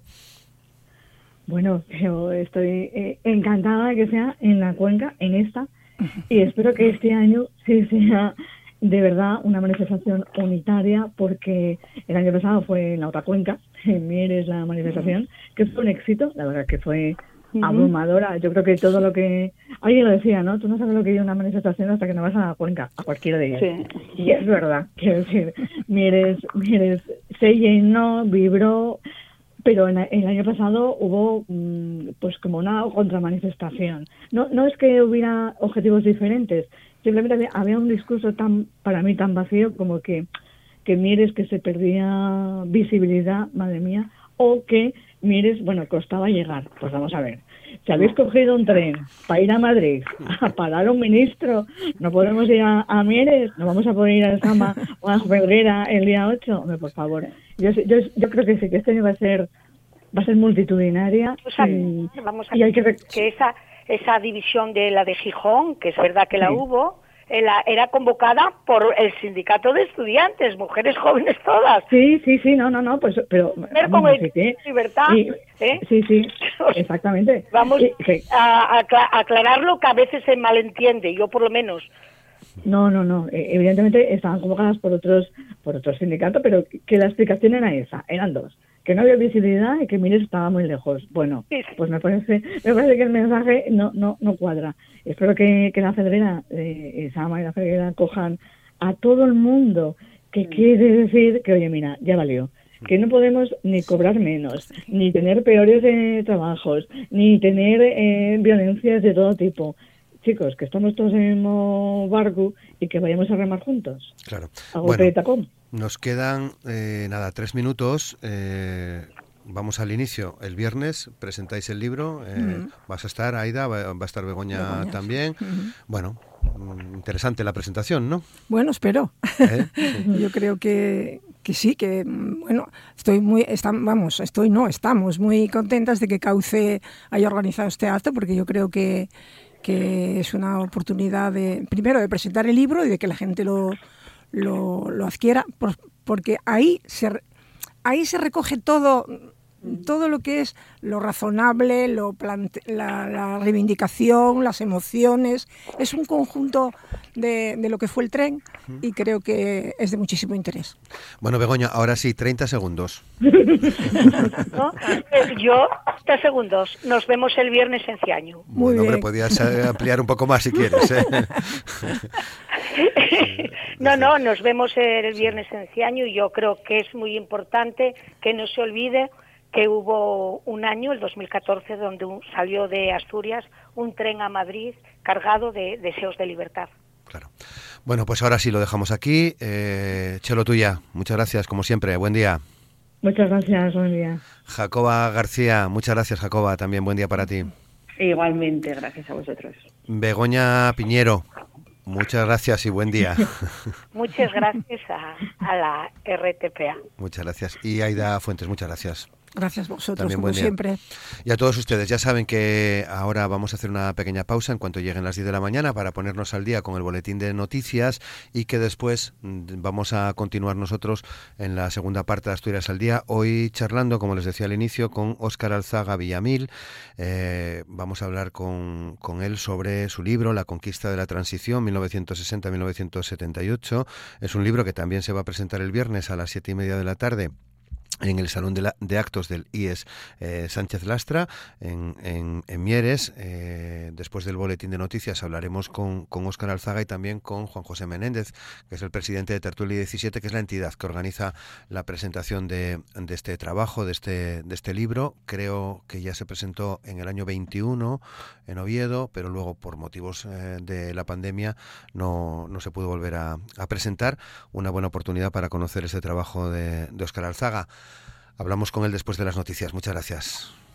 Bueno, yo estoy encantada de que sea en la cuenca, en esta, y espero que este año sí sea de verdad una manifestación unitaria, porque el año pasado fue en la otra cuenca, en Mieres la manifestación, que fue un éxito, la verdad que fue abrumadora. Yo creo que todo lo que... Alguien lo decía, ¿no? Tú no sabes lo que es una manifestación hasta que no vas a la cuenca, a cualquiera de ellas. Sí. Y es verdad, quiero decir, Mieres se llenó, vibró... Pero el año pasado hubo como una contramanifestación. No es que hubiera objetivos diferentes, simplemente había un discurso para mí tan vacío como que Mieres que se perdía visibilidad, madre mía, o que Mieres, costaba llegar. Pues vamos a ver, si habéis cogido un tren para ir a Madrid a parar a un ministro, no podemos ir a Mieres, no vamos a poder ir a Sama o a Pedrera el día 8, hombre, por favor. Yo creo que sí, que este año va a ser multitudinaria. Y hay que esa división de la de Gijón, que es verdad que la hubo, era convocada por el sindicato de estudiantes, mujeres jóvenes todas. Sí, no, pues, pero... Con libertad. Sí, exactamente. Vamos a aclararlo, que a veces se malentiende, yo por lo menos. No, evidentemente estaban convocadas por otros sindicatos, pero que la explicación era esa, eran dos. Que no había visibilidad y que Mieres estaba muy lejos. Bueno, pues me parece que el mensaje no cuadra. Espero que la Fedrera, Sama y la Fedrera cojan a todo el mundo, que quiere decir que, oye, mira, ya valió. Que no podemos ni cobrar menos, ni tener peores trabajos, ni tener violencias de todo tipo. chicos, que estamos todos en el mismo barco y que vayamos a remar juntos. Claro. A golpe de tacón. Nos quedan, 3 minutos. Vamos al inicio. El viernes presentáis el libro. Vas a estar, Aida, va a estar Begoña también. Bueno, interesante la presentación, ¿no? Bueno, espero. Sí. Yo creo que sí, que bueno, estamos muy contentas de que Cauce haya organizado este acto, porque yo creo que es una oportunidad primero de presentar el libro y de que la gente lo adquiera, porque ahí se recoge todo lo que es lo razonable, la reivindicación, las emociones. Es un conjunto de lo que fue el tren y creo que es de muchísimo interés. Bueno, Begoña, ahora sí, 30 segundos. ¿No? Yo, 30 segundos. Nos vemos el viernes en Ciaño. Bueno, hombre, podías ampliar un poco más si quieres, ¿eh? No, nos vemos el viernes en Ciaño y yo creo que es muy importante que no se olvide que hubo un año, el 2014, donde salió de Asturias un tren a Madrid cargado de deseos de libertad. Claro. Bueno, pues ahora sí lo dejamos aquí. Chelo, tuya, muchas gracias, como siempre. Buen día. Muchas gracias, buen día. Jacoba García, muchas gracias, Jacoba. También buen día para ti. Igualmente, gracias a vosotros. Begoña Piñero, muchas gracias y buen día. Muchas gracias a la RTPA. Muchas gracias. Y Aida Fuentes, muchas gracias. Gracias a vosotros, También como siempre. Y a todos ustedes, ya saben que ahora vamos a hacer una pequeña pausa en cuanto lleguen las 10 de la mañana para ponernos al día con el boletín de noticias y que después vamos a continuar nosotros en la segunda parte de Asturias al Día. Hoy charlando, como les decía al inicio, con Óscar Alzaga Villamil. Vamos a hablar con él sobre su libro La conquista de la transición, 1960-1978. Es un libro que también se va a presentar el viernes a las 7:30 de la tarde en el Salón de Actos del IES Sánchez Lastra, en Mieres. Después del boletín de noticias hablaremos con Óscar Alzaga y también con Juan José Menéndez, que es el presidente de Tertulia 17, que es la entidad que organiza la presentación de este trabajo, de este libro. Creo que ya se presentó en el año 21 en Oviedo, pero luego por motivos de la pandemia no se pudo volver a presentar. Una buena oportunidad para conocer ese trabajo de Óscar Alzaga. Hablamos con él después de las noticias. Muchas gracias.